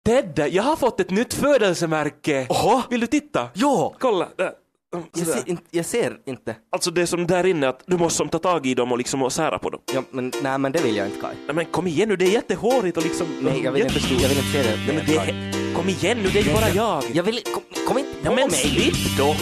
Ted, jag har fått ett nytt födelsemärke. Oho. Vill du titta? Ja. Kolla, där. Jag ser inte. Alltså det som där inne, att du måste ta tag i dem och liksom sära på dem. Ja, men det vill jag inte, Kai. Nej, men kom igen nu, det är jättehårigt och liksom... Nej, jag vill inte se det. Nej, men kom igen nu, det är ju bara jag. Jag vill... Kom inte på Ja, men mig. slipp då.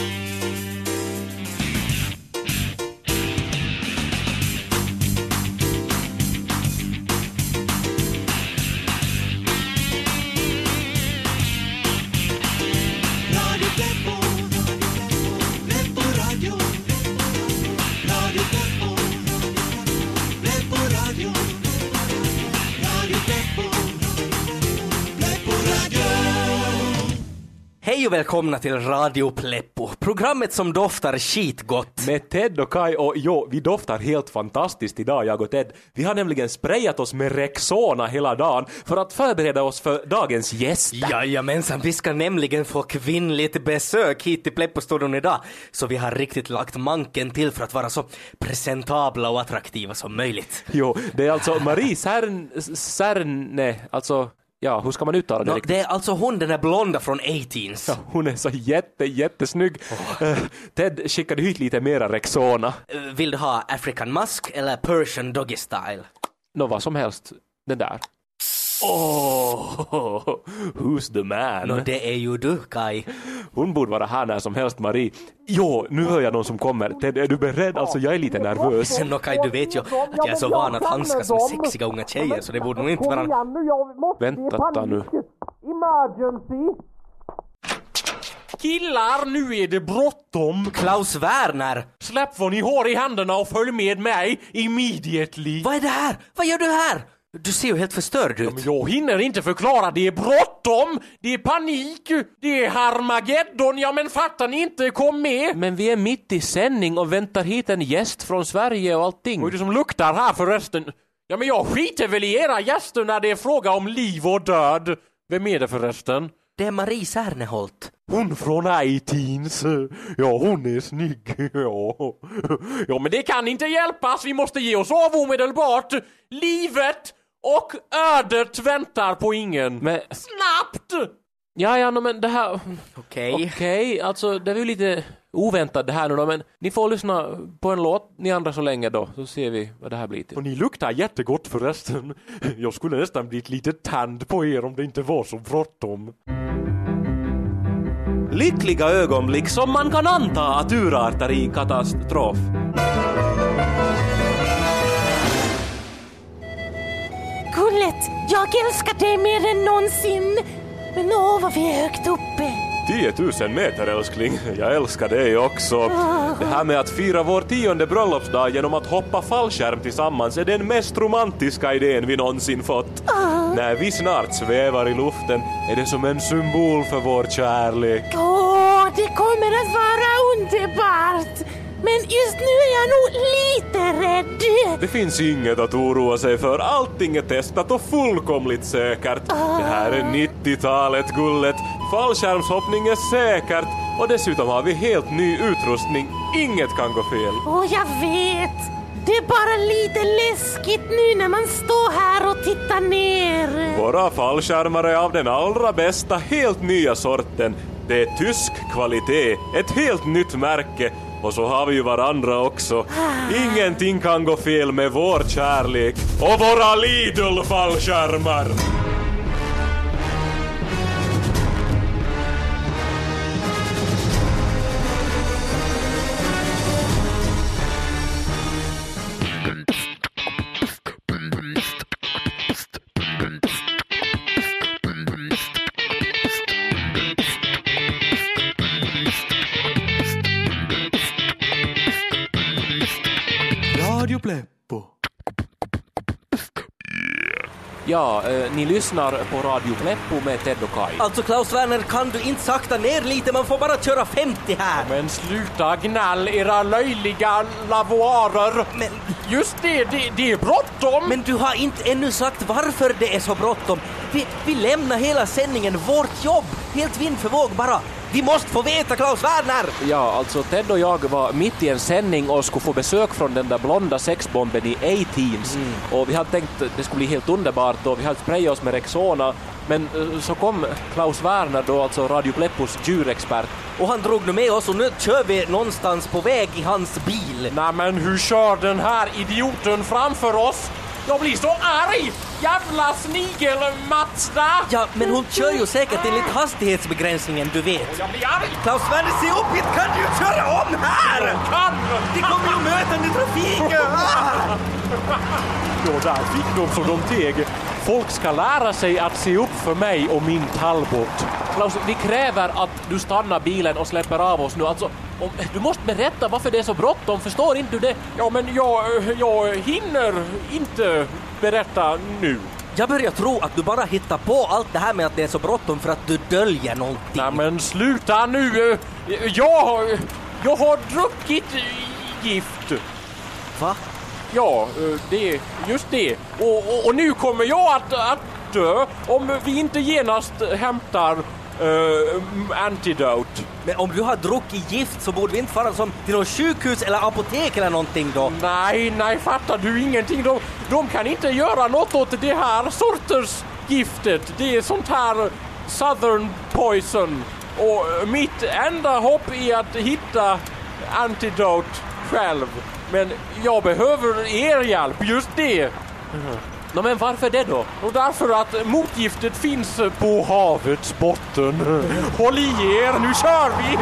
Hej och välkomna till Radio Pleppo, programmet som doftar skitgott. Med Ted och Kai, och vi doftar helt fantastiskt idag, jag och Ted. Vi har nämligen sprayat oss med Rexona hela dagen för att förbereda oss för dagens gäster. Jajamensan, vi ska nämligen få kvinnligt besök hit till Pleppo-studion idag. Så vi har riktigt lagt manken till för att vara så presentabla och attraktiva som möjligt. Jo, det är alltså Marie Särne, alltså... Ja, hur ska man uttala det? Det är alltså hon, den är blonda från 18s. Ja, hon är så jättesnygg. Ted skickade hit lite mera Rexona. Vill du ha African Musk eller Persian Doggy Style? Vad som helst, den där. Who's the man? Det är ju du, Kai. Hon borde vara här när som helst, Marie. Jo, nu hör jag någon som kommer. Ted, är du beredd? Alltså, jag är lite nervös. Kai, du vet ju att jag är så van att handskas med sexiga unga tjejer, så det borde nog inte vara... Vänta nu. Emergency! Killar, nu är det bråttom. Klaus Werner! Släpp vad ni har i händerna och följ med mig immediately. Vad är det här? Vad gör du här? Du ser ju helt förstörd ut. Men jag hinner inte förklara, det är bråttom. Det är panik. Det är Harmageddon. Ja, men fattar ni inte? Kom med. Men vi är mitt i sändning och väntar hit en gäst från Sverige och allting. Vad är det som luktar här förresten? Ja, men jag skiter väl i era gäster när det är fråga om liv och död. Vem är det förresten? Det är Marie Serneholt. Hon från 18s. Ja, hon är snygg. Ja, men det kan inte hjälpas. Vi måste ge oss av omedelbart. Livet och ödet väntar på ingen. Men... Snabbt! Ja, men det här... Okej, alltså det är ju lite oväntat det här nu då, men ni får lyssna på en låt, ni andra så länge då, så ser vi vad det här blir till. Och ni luktar jättegott förresten. Jag skulle nästan bli lite tänd på er om det inte var så bråttom. Lyckliga ögonblick som man kan anta att urartar i katastrof. Gullet, jag älskar dig mer än någonsin. Men vad vi är högt uppe. 10 000 meter, älskling. Jag älskar dig också. Det här med att fira vår 10:e bröllopsdag genom att hoppa fallskärm tillsammans är den mest romantiska idén vi någonsin fått. När vi snart svävar i luften är det som en symbol för vår kärlek. Det kommer att vara underbart. Men just nu är jag nog lite rädd. Det finns inget att oroa sig för. Allting är testat och fullkomligt säkert. Det här är 90-talet, gullet. Fallskärmshoppning är säkert. Och dessutom har vi helt ny utrustning. Inget kan gå fel. Jag vet. Det är bara lite läskigt nu när man står här och tittar ner. Våra fallskärmar är av den allra bästa, helt nya sorten. Det är tysk kvalitet. Ett helt nytt märke. Och så har vi ju varandra också. Ingenting kan gå fel med vår kärlek. Och våra Lidl-fallskärmar. Radio Pleppo. Ja, ni lyssnar på Radio Pleppo med Ted och Kai. Alltså Klaus Werner, kan du inte sakta ner lite? Man får bara köra 50 här. Men sluta gnäll, era löjliga lavoarer. Men just det är bråttom. Men du har inte ännu sagt varför det är så bråttom. Vi lämnar hela sändningen, vårt jobb, helt vind för våg bara. Vi måste få veta, Klaus Werner! Ja, alltså Ted och jag var mitt i en sändning och skulle få besök från den där blonda sexbomben i 18s. Och vi hade tänkt att det skulle bli helt underbart och vi hade sprayat oss med Rexona. Men så kom Klaus Werner då, alltså Radio Pleppos djurexpert. Och han drog nu med oss och nu kör vi någonstans på väg i hans bil. Nej men hur kör den här idioten framför oss? Jag blir så arg! Jävla snigel, Mazda! Ja, men hon kör ju säkert enligt hastighetsbegränsningen, du vet. Jag blir arg! Klaus Werner, se upp hit! Kan du köra om här? Kan! Det kommer ju mötande trafik! Ja, där fick de så de teg. Folk ska lära sig att se upp för mig och min Talbot. Klaus, vi kräver att du stannar bilen och släpper av oss nu. Alltså, du måste berätta varför det är så bråttom. Förstår inte du det? Ja, men jag hinner inte berätta nu. Jag börjar tro att du bara hittar på allt det här med att det är så bråttom för att du döljer någonting. Nej, men sluta nu. Jag har druckit gift. Va? Ja, just det. Och nu kommer jag att dö om vi inte genast hämtar antidote. Men om du har druckit gift så borde vi inte fara som till något sjukhus eller apotek eller någonting då. Nej, fattar du ingenting? De kan inte göra något åt det här sorters giftet. Det är sånt här Southern poison. Och mitt enda hopp är att hitta antidote själv. Men jag behöver er hjälp, just det. No, men varför det då? Och därför att motgiftet finns på havets botten. Håll i er, nu kör vi!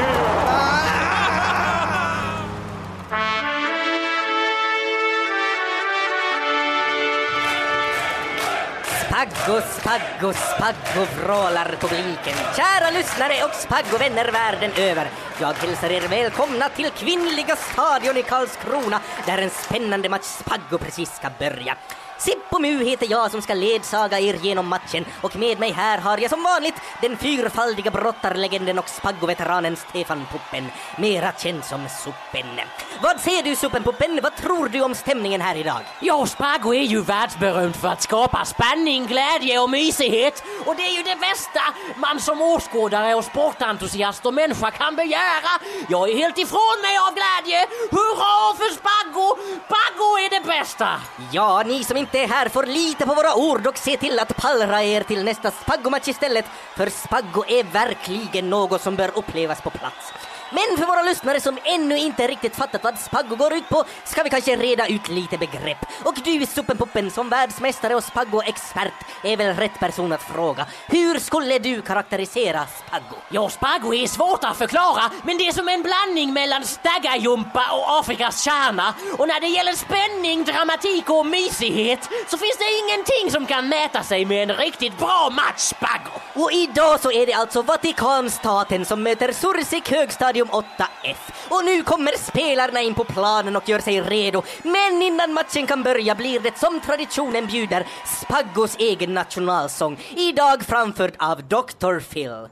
Spaggo, spaggo, spaggo vrålar publiken. Kära lyssnare och spaggovänner världen över. Jag hälsar er välkomna till Kvinnliga stadion i Karlskrona där en spännande match spaggo precis ska börja. Sippo Mu heter jag som ska ledsaga er genom matchen och med mig här har jag som vanligt den fyrfaldiga brottarlegenden och spaggoveteranen Stefan Puppen, mera känd som Suppen. Vad säger du Suppen Puppen? Vad tror du om stämningen här idag? Ja, spaggo är ju världsberömt för att skapa spänning, glädje och mysighet. Och det är ju det bästa man som åskådare och sportentusiast och människa kan begära. Jag är helt ifrån mig av glädje. Hurra för spaggo! Spaggo är det bästa! Ja, ni som inte är här får lita på våra ord och se till att pallra er till nästa spaggomatch istället. För spaggo är verkligen något som bör upplevas på plats. Men för våra lyssnare som ännu inte riktigt fattat vad spaggo går ut på ska vi kanske reda ut lite begrepp. Och du Suppenpuppen som världsmästare och spaggo-expert är väl rätt person att fråga. Hur skulle du karaktärisera spaggo? Ja, spaggo är svårt att förklara, men det är som en blandning mellan staggarjumpa och Afrikas kärna. Och när det gäller spänning, dramatik och mysighet så finns det ingenting som kan mäta sig med en riktigt bra match spaggo. Och idag så är det alltså Vatikanstaten som möter Sursik högstadium 8F. Och nu kommer spelarna in på planen och gör sig redo. Men innan matchen kan börja blir det som traditionen bjuder Spaggos egen nationalsång. Idag framförd av Dr. Phil.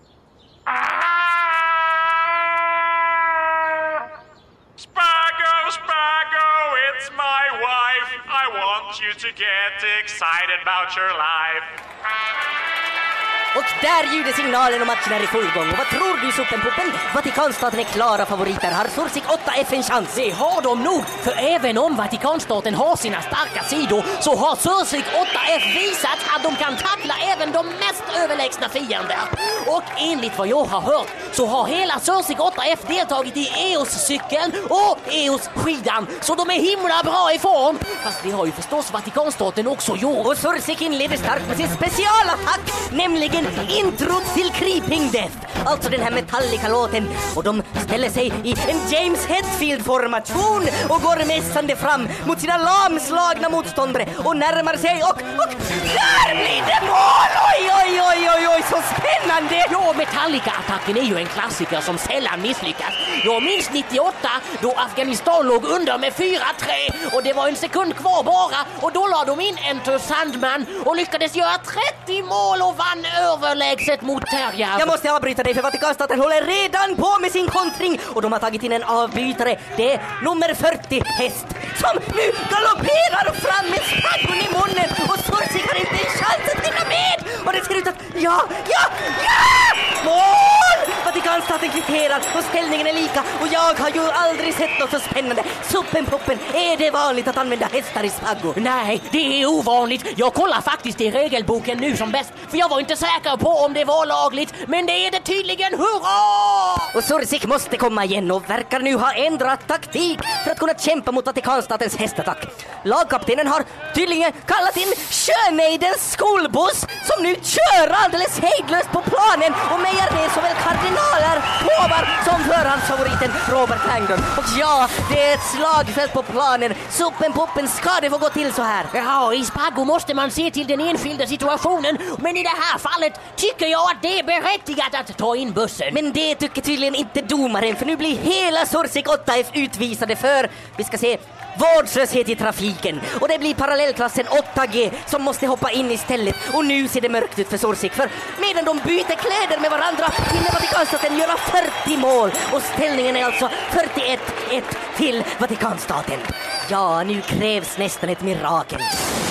Spaggo, Spaggo, it's my wife. I want you to get excited about your life. Och där ljuder signalen om matchen är i full gång. Och vad tror du Suppenpuppen? Vatikanstaten är klara favoriter. Har Sursik 8F en chans? Det har de nog, för även om Vatikanstaten har sina starka sidor så har Sursik 8F visat att de kan tackla även de mest överlägsna fiender. Och enligt vad jag har hört så har hela Sursik 8F deltagit i EOS-cykeln och EOS-skidan. Så de är himla bra i form. Fast det har ju förstås Vatikanstaten också gjort. Och Sursik inleder starkt med sin specialattack, nämligen intro till Creeping Death, alltså den här Metallica-låten. Och de ställer sig i en James Hetfield-formation och går mässande fram mot sina lamslagna motståndare och närmar sig och där blir det mål! Oj, så spännande! Ja, Metallica-attacken är ju en klassiker som sällan misslyckas. Jag minns 98 då Afghanistan låg under med 4-3 och det var en sekund kvar bara och då la de in Enter Sandman och lyckades göra 30 mål och vann överlägset mot Terja. Jag måste avbryta dig för Vatikanstaten håller redan på med sin kontring och de har tagit in en avbytare. Det är nummer 40 häst som nu galopperar fram med spaggon i munnen och Sursik har inte en chans att hinna med. Och det ser ut att ja! Mål! Vatikanstaten kvitterar och ställningen är lika. Och jag har ju aldrig sett något så spännande. Suppenpuppen, är det vanligt att använda hästar i Spaggo? Nej, det är ovanligt. Jag kollar faktiskt i regelboken nu som bäst. För jag var inte säker på om det var lagligt. Men det är det tydligen, hurra! Och Sursik måste komma igen och verkar nu ha ändrat taktik för att kunna kämpa mot Vatikanstatens hästattack. Lagkaptenen har tydligen kallat in Sjönejdens skolbuss som nu kör alldeles hejdlöst på planen och mejar ner såväl kardinaler, påvar som förhandsfavoriten Robert Langdon. Och ja, det är ett slagfält på planen. Suppenpuppen, ska det få gå till så här? Ja, i Spaggo måste man se till den enskilda situationen. Men i det här fallet tycker jag att det är berättigat att ta in bussen. Men det tycker tydligen inte domaren, för nu blir hela Sursik 8F utvisade för, vi ska se, vårdslöshet i trafiken. Och det blir parallellklassen 8G som måste hoppa in istället. Och nu ser det mörkt ut för Sursik, för medan de byter kläder med varandra hinner Vatikanstaten göra 40 mål. Och ställningen är alltså 41-1 till Vatikanstaten. Ja, nu krävs nästan ett mirakel.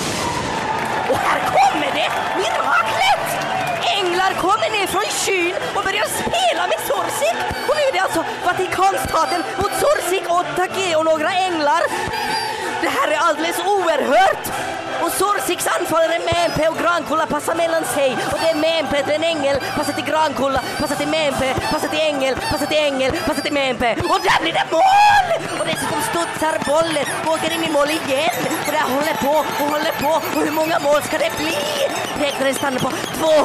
Och här kommer det! Miraklet! Änglar kommer ner från skyn och börjar spela med Sursik. Och nu är det alltså Vatikanstaten mot Sursik 8G och några änglar. Det här är alldeles oerhört. Och Sursiks anfallare Mempe och Grankulla passar mellan sig. Och det är Mempe till en ängel, passar till Grankulla, passar till Mempe, passar till ängel, passar till ängel, passar till Mempe. Och där blir det mål! Och dessutom studsar bollen och åker in i mål igen. Och det håller på och håller på. Och hur många mål ska det bli? Räknaren stannar på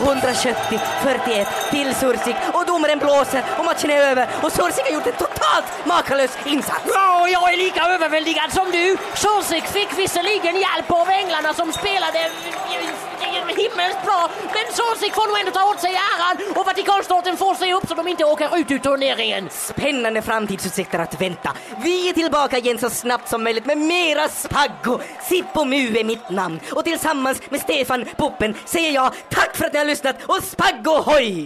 270-41 till Sursik. Och domaren blåser och matchen är över. Och Sursik har gjort en totalt makalös insats. Ja, jag är lika överväldigad som du. Sursik fick visserligen hjälp av änglarna som spelade himmelskt bra. Men Sursik får nog ändå ta åt sig äran. Och Vatikanstaten får se upp så de inte åker ut ur turneringen. Spännande framtidsutsikter att vänta. Vi är tillbaka igen så snabbt som möjligt med mera Spaggo. Sippo Mu är mitt namn. Och tillsammans med Stefan Puppen säger jag tack för att ni har lyssnat och Spaggo hoj!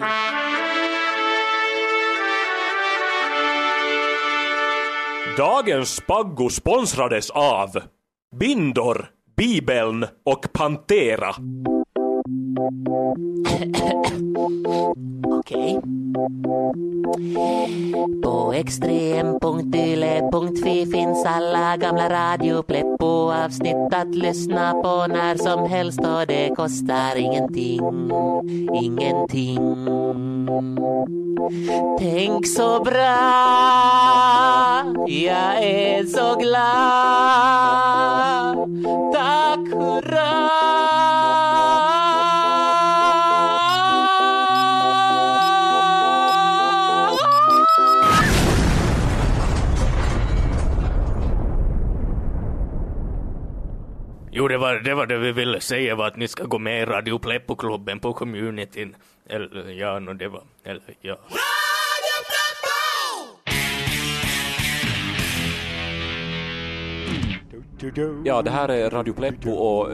Dagens Spaggo sponsrades av Bindor, Bibeln och Pantera. Okej. På extrem.yle.fi finns alla gamla radiopleppo-avsnitt att lyssna på när som helst och det kostar ingenting. Ingenting. Tänk så bra, jag är så glad. Tack, hurra. Jo, det var det vi ville säga, var att ni ska gå med i Radio Pleppo-klubben på communityn. Eller ja, no, det var... Eller ja... Ja, det här är Radio Pleppo och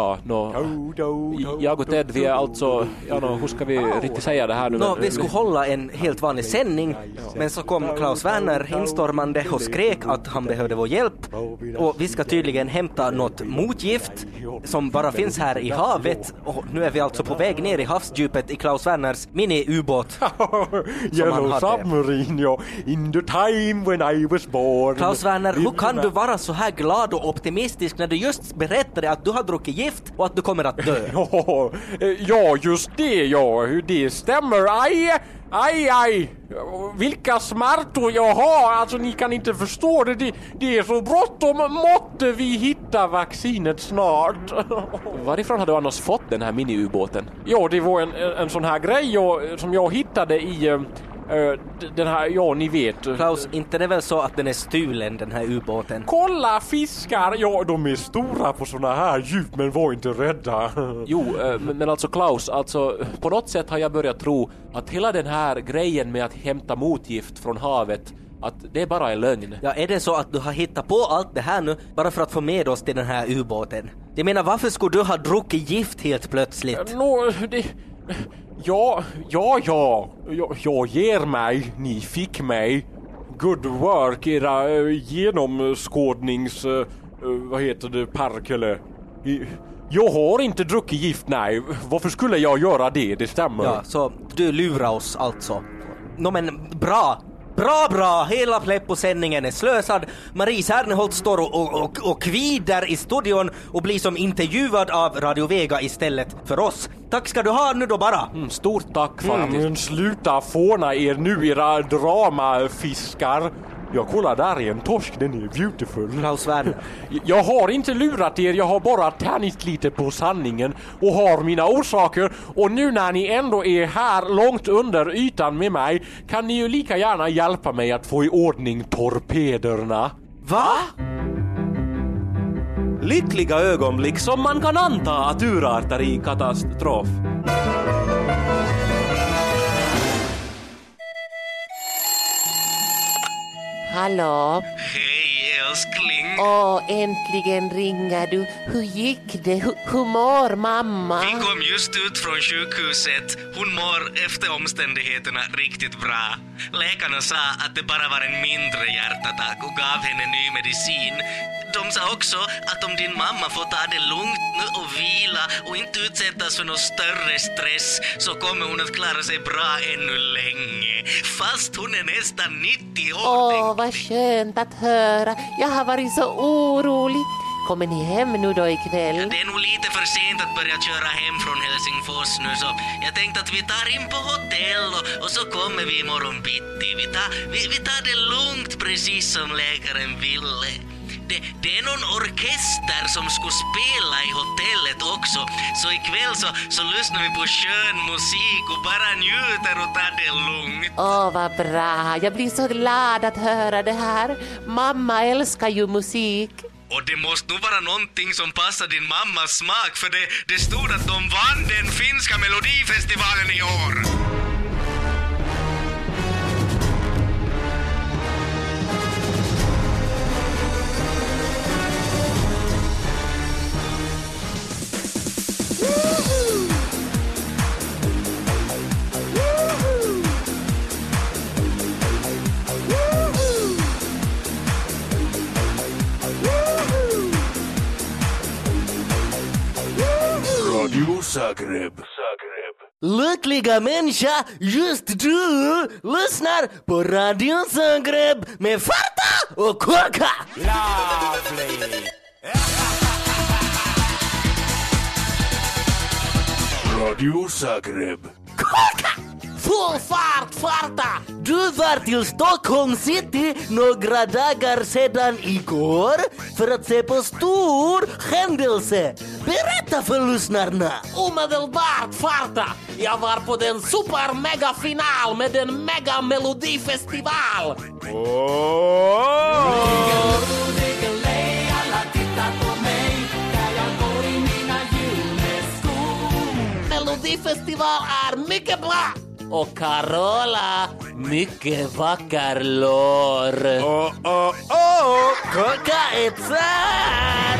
jag och Ted, vi är alltså, hur ska vi riktigt säga det här nu? Vi skulle hålla en helt vanlig sändning, men så kom Klaus Werner instormande och skrek att han behövde vår hjälp. Och vi ska tydligen hämta något motgift som bara finns här i havet. Och nu är vi alltså på väg ner i havsdjupet i Klaus Werners mini-ubåt. Yellow submarine, ja. In the time when I was born. Klaus Werner, hur kan du vara så här glad och optimistisk när du just berättade att du har druckit gift och att du kommer att dö? Ja, just det, ja. Hur det stämmer. Aj. Vilka smärtor jag har. Alltså, ni kan inte förstå det. Det är så bråttom. Måtte vi hitta vaccinet snart. Varifrån har du annars fått den här mini-ubåten? Ja, det var en sån här grej som jag hittade i... den här, ja, ni vet. Klaus, inte det är väl så att den är stulen, den här ubåten? Kolla fiskar! Ja, de är stora på såna här djup, men var inte rädda. Jo, men alltså Klaus, alltså på något sätt har jag börjat tro att hela den här grejen med att hämta motgift från havet, att det är bara en lögn. Ja, är det så att du har hittat på allt det här nu bara för att få med oss till den här ubåten? Jag menar, varför skulle du ha druckit gift helt plötsligt? Jag ger mig, ni fick mig. Good work, era genomskådnings... vad heter det, Parkele? Jag har inte druckit gift, nej. Varför skulle jag göra det? Det stämmer. Ja, så du lurar oss alltså. Men bra. Bra. Hela Pleppo-sändningen är slösad. Marie Serneholt står och kvider i studion och blir som intervjuad av Radio Vega istället för oss. Tack ska du ha nu då bara. Stort tack faktiskt. Men sluta fåna er nu, era dramafiskar. Jag kollar där är en torsk, den är beautiful. Klaus Werner. Jag har inte lurat er, jag har bara tärnit lite på sanningen och har mina orsaker. Och nu när ni ändå är här långt under ytan med mig kan ni ju lika gärna hjälpa mig att få i ordning torpederna. Va? Lyckliga ögonblick som man kan anta att urartar i katastrof. Hallå? Hej älskling. Äntligen ringer du. Hur gick det? Hur mår mamma? Vi kom just ut från sjukhuset. Hon mår efter omständigheterna riktigt bra. Läkarna sa att det bara var en mindre hjärtattack och gav henne ny medicin. De sa också att om din mamma får ta det lugnt nu och vila och inte utsättas för någon större stress så kommer hon att klara sig bra ännu länge. Fast hon är nästan 90 år. Vad skönt att höra. Jag har varit så orolig. Kommer ni hem nu då ikväll? Ja, det är nog lite för sent att börja köra hem från Helsingfors nu så jag tänkte att vi tar in på hotell och så kommer vi imorgon bitti. Vi tar det lugnt precis som läkaren ville. Det är någon orkester som skulle spela i hotellet också. Så ikväll så lyssnar vi på skön musik och bara njuter och tar det lugnt. Vad bra. Jag blir så glad att höra det här. Mamma älskar ju musik. Och det måste nog vara någonting som passar din mammas smak för det stod att de vann den finska melodifestivalen i år. Radio Zagreb. Lyckliga människa, just du lyssnar på Radio Zagreb med Farta och Korka. Lovely. Radio Zagreb. Korka! Full fart, Farta! Du var till Stockholm City några dagar sedan igår för att se på stor händelse. Berätta för lyssnarna. Omedelbart, Farta! Jag var på den super-mega-final med den mega-melodifestival. Melodifestival är mycket bra. Och Carola, mycket vacker lår. Korka är tsar!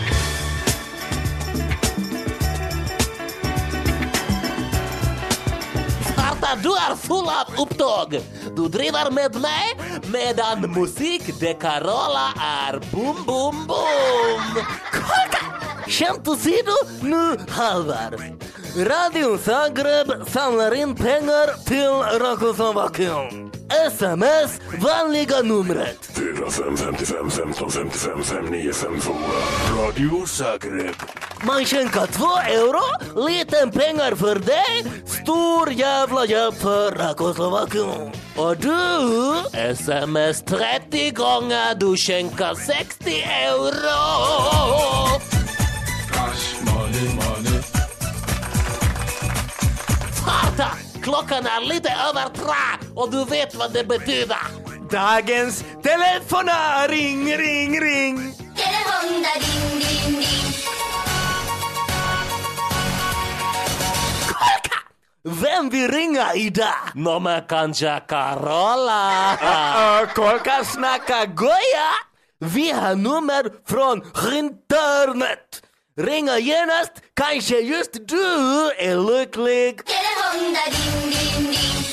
Farta, du är full av upptåg. Du driver med mig medan musik de Carola är boom, boom, boom. Korka! Skämt åsido, nu halvar. Radio Zagreb samlar in pengar till Rakoslovakium. SMS, vanliga numret 4555 1555 5952. Radio Zagreb. Man skänker 2 euro, liten pengar för dig, stor jävla hjälp för Rakoslovakium. Och du? SMS 30 gånger, du skänker 60 euro. Money. Farta, klockan är lite över 3 och du vet vad det betyder. Dagens telefoner, ring. Telefonda ding ding ding. Korka! Vem vill ringa idag? Men kanske Carola. Korka snackar goja. Vi har nummer från internet. Ringa genast, kanske just du är lycklig. Telefonda ding ding ding.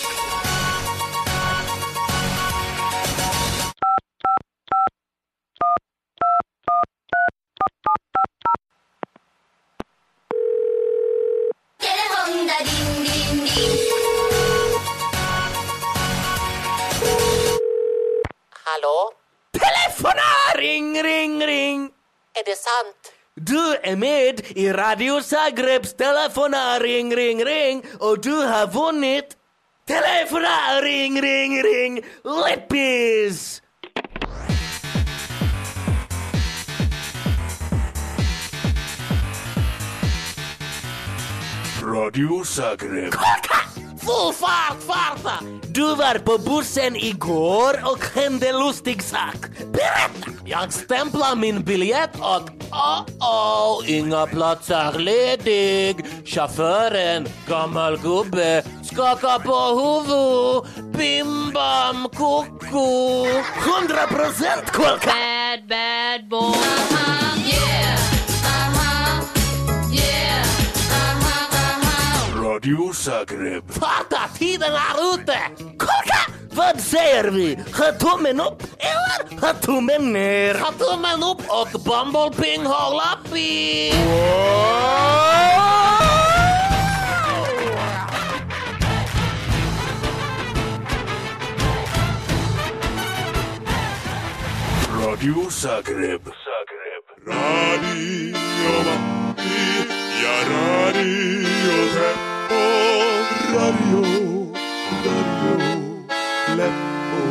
Telefonda ding ding ding. Hallå? Telefonering, ring. Är det sant? Du är med i Radio Zagrebs telefonering, ring. Och du har vunnit telefonering, ring. Läppis! Radio Zagreb. Full fart, farta! Du var på bussen igår och hände lustig sak. Berätta! Jag stämplar min biljett och inga platser ledig. Chauffören, gammal gubbe, skakar på huvud. Bim bam koko. 100% kolka! Bad boy. Yeah. Yeah. Radio Zagreb. Farta, tiden är ute! Kolka! Vad säger vi? Ha tummen upp eller ha tummen ner? Ha tummen upp och Bumblebee håll upp i! Radio Zagreb. Radio Matti, ja Radio Leppo, Radio Leppo.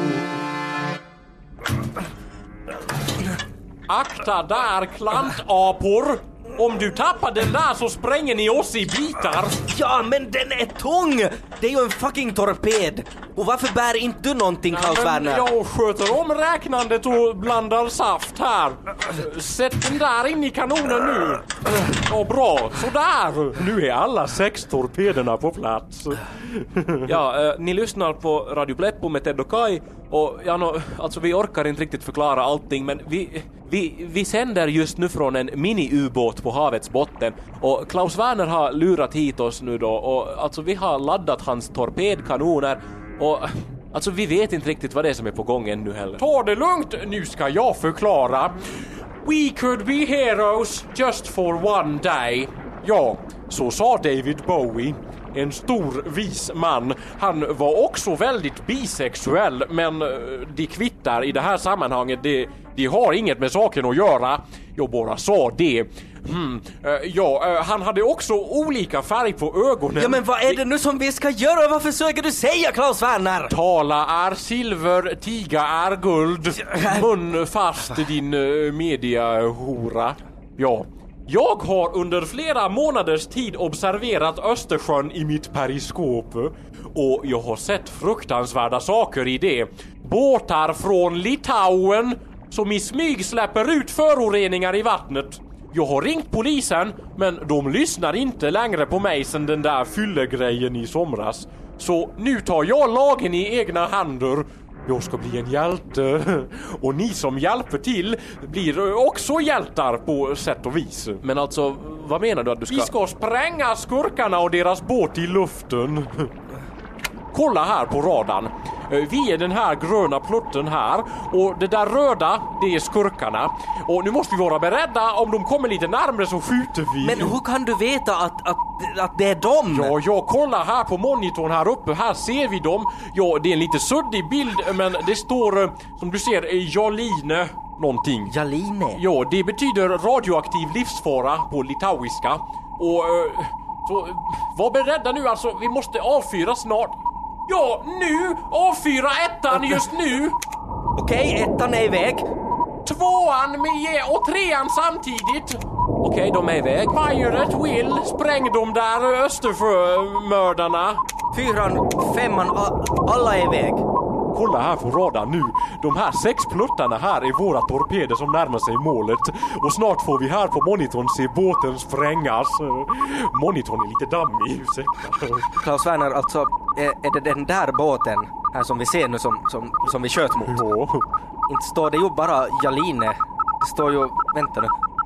Akta där, klantapor! Om du tappar den där så spränger ni oss i bitar. Ja, men den är tung! Det är ju en fucking torped. Och varför bär inte du någonting, Klaus Werner? Jag sköter om räknandet och blandar saft här. Sätt den där in i kanonen nu. Ja, bra. Sådär. Nu är alla 6 torpederna på plats. Ja, ni lyssnar på Radio Pleppo med Ted och Kai. Och alltså vi orkar inte riktigt förklara allting, men vi sänder just nu från en mini-ubåt på havets botten. Och Klaus Werner har lurat hit oss nu då. Och alltså vi har laddat hans torpedkanoner. Och alltså vi vet inte riktigt vad det är som är på gång ännu heller. Ta det lugnt, nu ska jag förklara. We could be heroes just for one day. Ja, så sa David Bowie. En stor vis man. Han var också väldigt bisexuell, men de kvittar i det här sammanhanget. De har inget med saken att göra. Jag bara sa det. Han hade också olika färg på ögonen. Ja, men vad är det nu som vi ska göra? Vad försöker du säga, Klaus Werner? Tala är silver, tiga är guld. Mun fast din mediahora. Ja. Jag har under flera månaders tid observerat Östersjön i mitt periskop. Och jag har sett fruktansvärda saker i det. Båtar från Litauen som i smyg släpper ut föroreningar i vattnet. Jag har ringt polisen, men de lyssnar inte längre på mig sen den där fyllegrejen i somras. Så nu tar jag lagen i egna händer. Jag ska bli en hjälte. Och ni som hjälper till blir också hjältar på sätt och vis. Men alltså, vad menar du att du ska... Vi ska spränga skurkarna och deras båt i luften. Kolla här på radarn. Vi är den här gröna plutten här. Och det där röda, det är skurkarna. Och nu måste vi vara beredda. Om de kommer lite närmare så skjuter vi. Men hur kan du veta att det är dem? Ja, kolla här på monitorn här uppe. Här ser vi dem. Ja, det är en lite suddig bild, men det står, som du ser, Jaline någonting. Jaline? Ja, det betyder radioaktiv livsfara på litauiska. Och så var beredda nu, alltså. Vi måste avfyra snart. Ja, nu! Avfyra ettan just nu! Okej, ettan är iväg. 2:an med och 3:an samtidigt. Okej, de är iväg. Fire at will, spräng de där Östersjömördarna. 4:an, 5:an, alla är iväg. Kolla här på radarn nu. De här 6 pluttarna här är våra torpeder som närmar sig målet. Och snart får vi här på monitorn se båten sprängas. Monitorn är lite dammig, ursäkta. Klaus Werner, alltså, är det den där båten här som vi ser nu som vi sköt mot? Ja. Inte står det ju bara Jaline. Det står ju, vänta nu,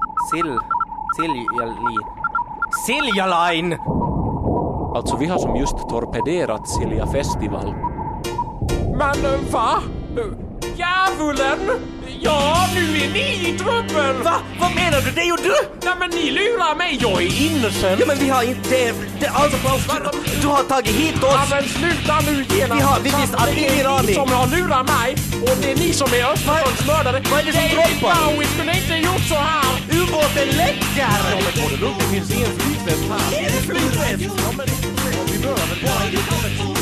Siljaline. Alltså vi har som just torpederat Silja Festival. Men va? Djävulen! Ja, nu är ni i trubbel! Va? Vad menar du? Det är ju du! Nej men ni lurar mig, jag är innocent! Ja men vi har inte... Alltså Klaus, du har tagit hit oss! Ja men sluta nu genast! Vi visste att vi är Irani! Det är ni som har lurat mig och det är ni som är Östersjöns mördare! Vad är det som droppar? Vi skulle inte gjort så här! Ubåten läcker! Ja men ta det lugnt, det finns ingen flygväst här! Är det flygväst? Ja men vi börjar väl bara